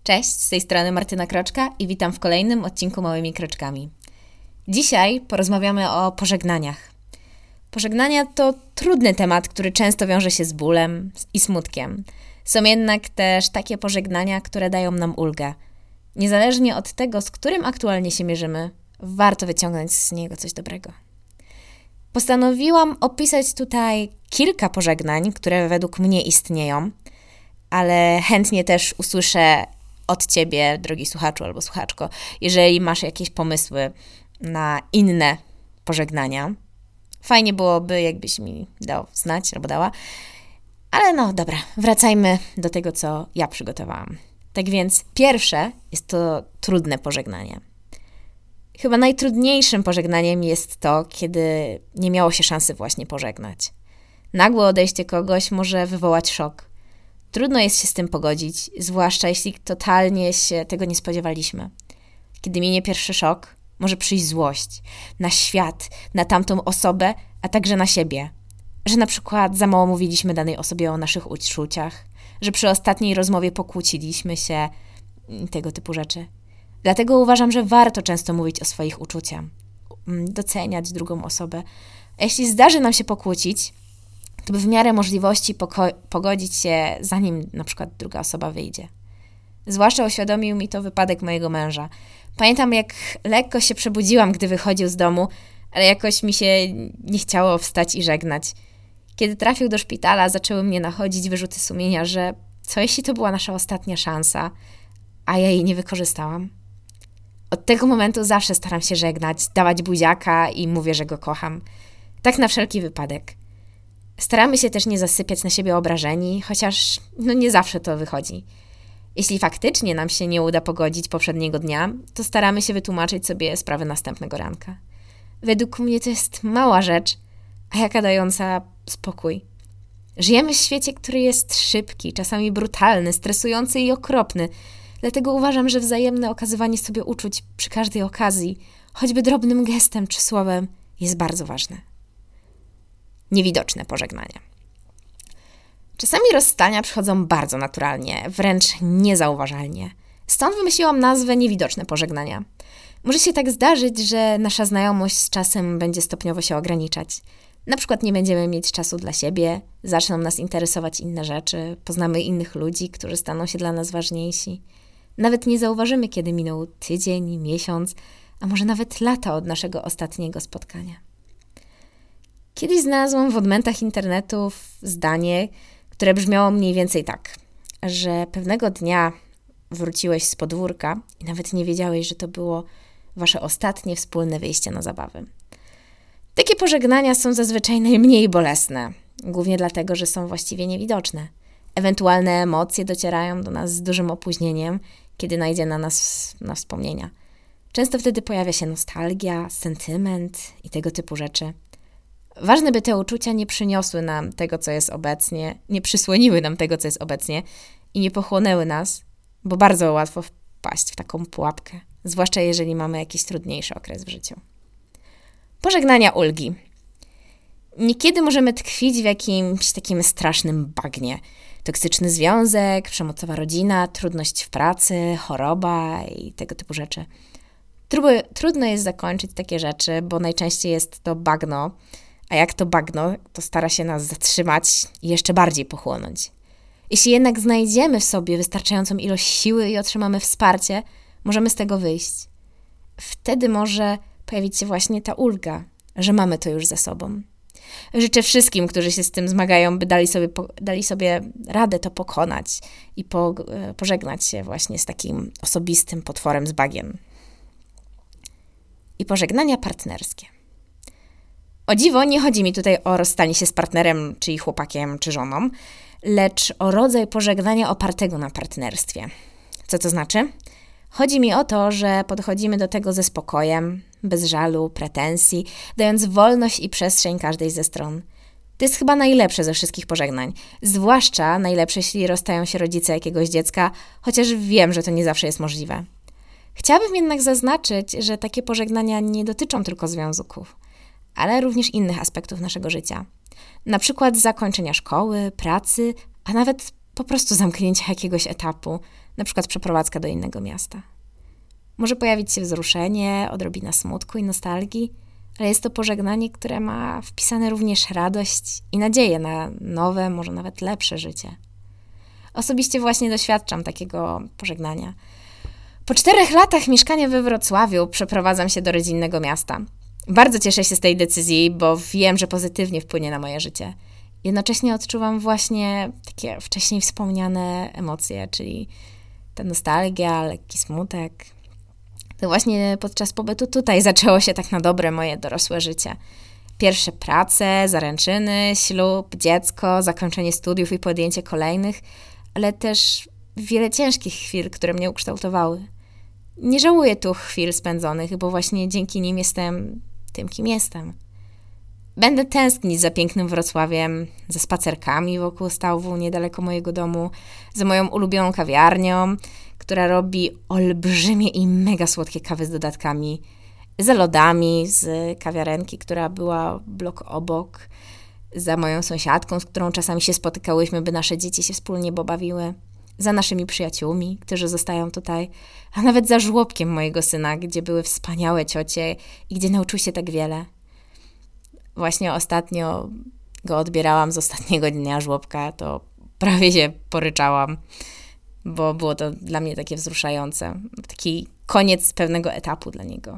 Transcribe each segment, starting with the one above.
Cześć, z tej strony Martyna Kroczka i witam w kolejnym odcinku Małymi Kroczkami. Dzisiaj porozmawiamy o pożegnaniach. Pożegnania to trudny temat, który często wiąże się z bólem i smutkiem. Są jednak też takie pożegnania, które dają nam ulgę. Niezależnie od tego, z którym aktualnie się mierzymy, warto wyciągnąć z niego coś dobrego. Postanowiłam opisać tutaj kilka pożegnań, które według mnie istnieją, ale chętnie też usłyszę od Ciebie, drogi słuchaczu albo słuchaczko, jeżeli masz jakieś pomysły na inne pożegnania. Fajnie byłoby, jakbyś mi dał znać albo dała. Ale no dobra, wracajmy do tego, co ja przygotowałam. Tak więc pierwsze jest to trudne pożegnanie. Chyba najtrudniejszym pożegnaniem jest to, kiedy nie miało się szansy właśnie pożegnać. Nagłe odejście kogoś może wywołać szok. Trudno jest się z tym pogodzić, zwłaszcza jeśli totalnie się tego nie spodziewaliśmy. Kiedy minie pierwszy szok, może przyjść złość na świat, na tamtą osobę, a także na siebie. Że na przykład za mało mówiliśmy danej osobie o naszych uczuciach, że przy ostatniej rozmowie pokłóciliśmy się, tego typu rzeczy. Dlatego uważam, że warto często mówić o swoich uczuciach, doceniać drugą osobę. A jeśli zdarzy nam się pokłócić, to by w miarę możliwości pogodzić się, zanim na przykład druga osoba wyjdzie. Zwłaszcza uświadomił mi to wypadek mojego męża. Pamiętam, jak lekko się przebudziłam, gdy wychodził z domu, ale jakoś mi się nie chciało wstać i żegnać. Kiedy trafił do szpitala, zaczęły mnie nachodzić wyrzuty sumienia, że co jeśli to była nasza ostatnia szansa, a ja jej nie wykorzystałam? Od tego momentu zawsze staram się żegnać, dawać buziaka i mówię, że go kocham. Tak na wszelki wypadek. Staramy się też nie zasypiać na siebie obrażeni, chociaż nie zawsze to wychodzi. Jeśli faktycznie nam się nie uda pogodzić poprzedniego dnia, to staramy się wytłumaczyć sobie sprawę następnego ranka. Według mnie to jest mała rzecz, a jaka dająca spokój. Żyjemy w świecie, który jest szybki, czasami brutalny, stresujący i okropny. Dlatego uważam, że wzajemne okazywanie sobie uczuć przy każdej okazji, choćby drobnym gestem czy słowem, jest bardzo ważne. Niewidoczne pożegnania. Czasami rozstania przychodzą bardzo naturalnie, wręcz niezauważalnie. Stąd wymyśliłam nazwę niewidoczne pożegnania. Może się tak zdarzyć, że nasza znajomość z czasem będzie stopniowo się ograniczać. Na przykład nie będziemy mieć czasu dla siebie, zaczną nas interesować inne rzeczy, poznamy innych ludzi, którzy staną się dla nas ważniejsi. Nawet nie zauważymy, kiedy minął tydzień, miesiąc, a może nawet lata od naszego ostatniego spotkania. Kiedyś znalazłam w odmętach internetu zdanie, które brzmiało mniej więcej tak, że pewnego dnia wróciłeś z podwórka i nawet nie wiedziałeś, że to było wasze ostatnie wspólne wyjście na zabawy. Takie pożegnania są zazwyczaj najmniej bolesne, głównie dlatego, że są właściwie niewidoczne. Ewentualne emocje docierają do nas z dużym opóźnieniem, kiedy najdzie na nas na wspomnienia. Często wtedy pojawia się nostalgia, sentyment i tego typu rzeczy. Ważne, by te uczucia nie przyniosły nam tego, co jest obecnie, nie przysłoniły nam tego, co jest obecnie i nie pochłonęły nas, bo bardzo łatwo wpaść w taką pułapkę, zwłaszcza jeżeli mamy jakiś trudniejszy okres w życiu. Pożegnania ulgi. Niekiedy możemy tkwić w jakimś takim strasznym bagnie. Toksyczny związek, przemocowa rodzina, trudność w pracy, choroba i tego typu rzeczy. Trudno jest zakończyć takie rzeczy, bo najczęściej jest to bagno, a jak to bagno, to stara się nas zatrzymać i jeszcze bardziej pochłonąć. Jeśli jednak znajdziemy w sobie wystarczającą ilość siły i otrzymamy wsparcie, możemy z tego wyjść. Wtedy może pojawić się właśnie ta ulga, że mamy to już za sobą. Życzę wszystkim, którzy się z tym zmagają, by dali sobie radę to pokonać i pożegnać się właśnie z takim osobistym potworem z bagien. I pożegnania partnerskie. O dziwo, nie chodzi mi tutaj o rozstanie się z partnerem, czyli chłopakiem, czy żoną, lecz o rodzaj pożegnania opartego na partnerstwie. Co to znaczy? Chodzi mi o to, że podchodzimy do tego ze spokojem, bez żalu, pretensji, dając wolność i przestrzeń każdej ze stron. To jest chyba najlepsze ze wszystkich pożegnań, zwłaszcza najlepsze, jeśli rozstają się rodzice jakiegoś dziecka, chociaż wiem, że to nie zawsze jest możliwe. Chciałabym jednak zaznaczyć, że takie pożegnania nie dotyczą tylko związków, ale również innych aspektów naszego życia. Na przykład zakończenia szkoły, pracy, a nawet po prostu zamknięcia jakiegoś etapu, na przykład przeprowadzka do innego miasta. Może pojawić się wzruszenie, odrobina smutku i nostalgii, ale jest to pożegnanie, które ma wpisane również radość i nadzieję na nowe, może nawet lepsze życie. Osobiście właśnie doświadczam takiego pożegnania. Po 4 latach mieszkania we Wrocławiu przeprowadzam się do rodzinnego miasta. Bardzo cieszę się z tej decyzji, bo wiem, że pozytywnie wpłynie na moje życie. Jednocześnie odczuwam właśnie takie wcześniej wspomniane emocje, czyli ta nostalgia, lekki smutek. To właśnie podczas pobytu tutaj zaczęło się tak na dobre moje dorosłe życie. Pierwsze prace, zaręczyny, ślub, dziecko, zakończenie studiów i podjęcie kolejnych, ale też wiele ciężkich chwil, które mnie ukształtowały. Nie żałuję tu chwil spędzonych, bo właśnie dzięki nim jestem tym, kim jestem. Będę tęsknić za pięknym Wrocławiem, za spacerkami wokół Stałwu, niedaleko mojego domu, za moją ulubioną kawiarnią, która robi olbrzymie i mega słodkie kawy z dodatkami, za lodami z kawiarenki, która była blok obok, za moją sąsiadką, z którą czasami się spotykałyśmy, by nasze dzieci się wspólnie bawiły, za naszymi przyjaciółmi, którzy zostają tutaj, a nawet za żłobkiem mojego syna, gdzie były wspaniałe ciocie i gdzie nauczył się tak wiele. Właśnie ostatnio go odbierałam z ostatniego dnia żłobka, to prawie się poryczałam, bo było to dla mnie takie wzruszające. Taki koniec pewnego etapu dla niego.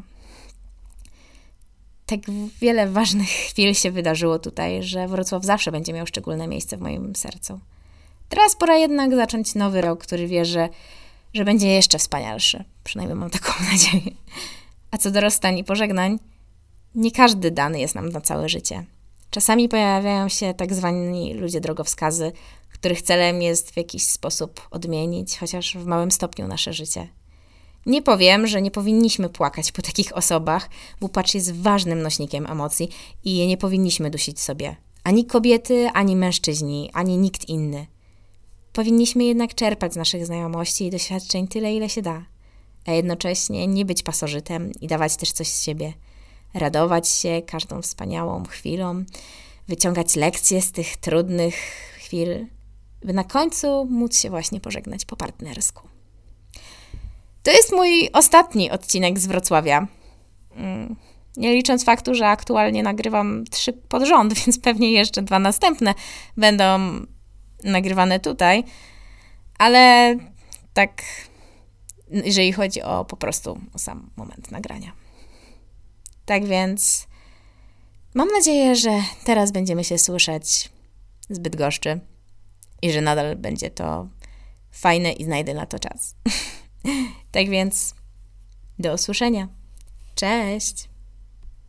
Tak wiele ważnych chwil się wydarzyło tutaj, że Wrocław zawsze będzie miał szczególne miejsce w moim sercu. Teraz pora jednak zacząć nowy rok, który wierzę, że będzie jeszcze wspanialszy. Przynajmniej mam taką nadzieję. A co do rozstań i pożegnań, nie każdy dany jest nam na całe życie. Czasami pojawiają się tak zwani ludzie drogowskazy, których celem jest w jakiś sposób odmienić, chociaż w małym stopniu, nasze życie. Nie powiem, że nie powinniśmy płakać po takich osobach, bo płacz jest ważnym nośnikiem emocji i je nie powinniśmy dusić sobie. Ani kobiety, ani mężczyźni, ani nikt inny. Powinniśmy jednak czerpać z naszych znajomości i doświadczeń tyle, ile się da, a jednocześnie nie być pasożytem i dawać też coś z siebie. Radować się każdą wspaniałą chwilą, wyciągać lekcje z tych trudnych chwil, by na końcu móc się właśnie pożegnać po partnersku. To jest mój ostatni odcinek z Wrocławia. Nie licząc faktu, że aktualnie nagrywam 3 pod rząd, więc pewnie jeszcze 2 następne będą nagrywane tutaj. Ale tak, jeżeli chodzi o po prostu o sam moment nagrania. Tak więc mam nadzieję, że teraz będziemy się słyszeć z Bydgoszczy i że nadal będzie to fajne i znajdę na to czas. Tak więc do usłyszenia. Cześć!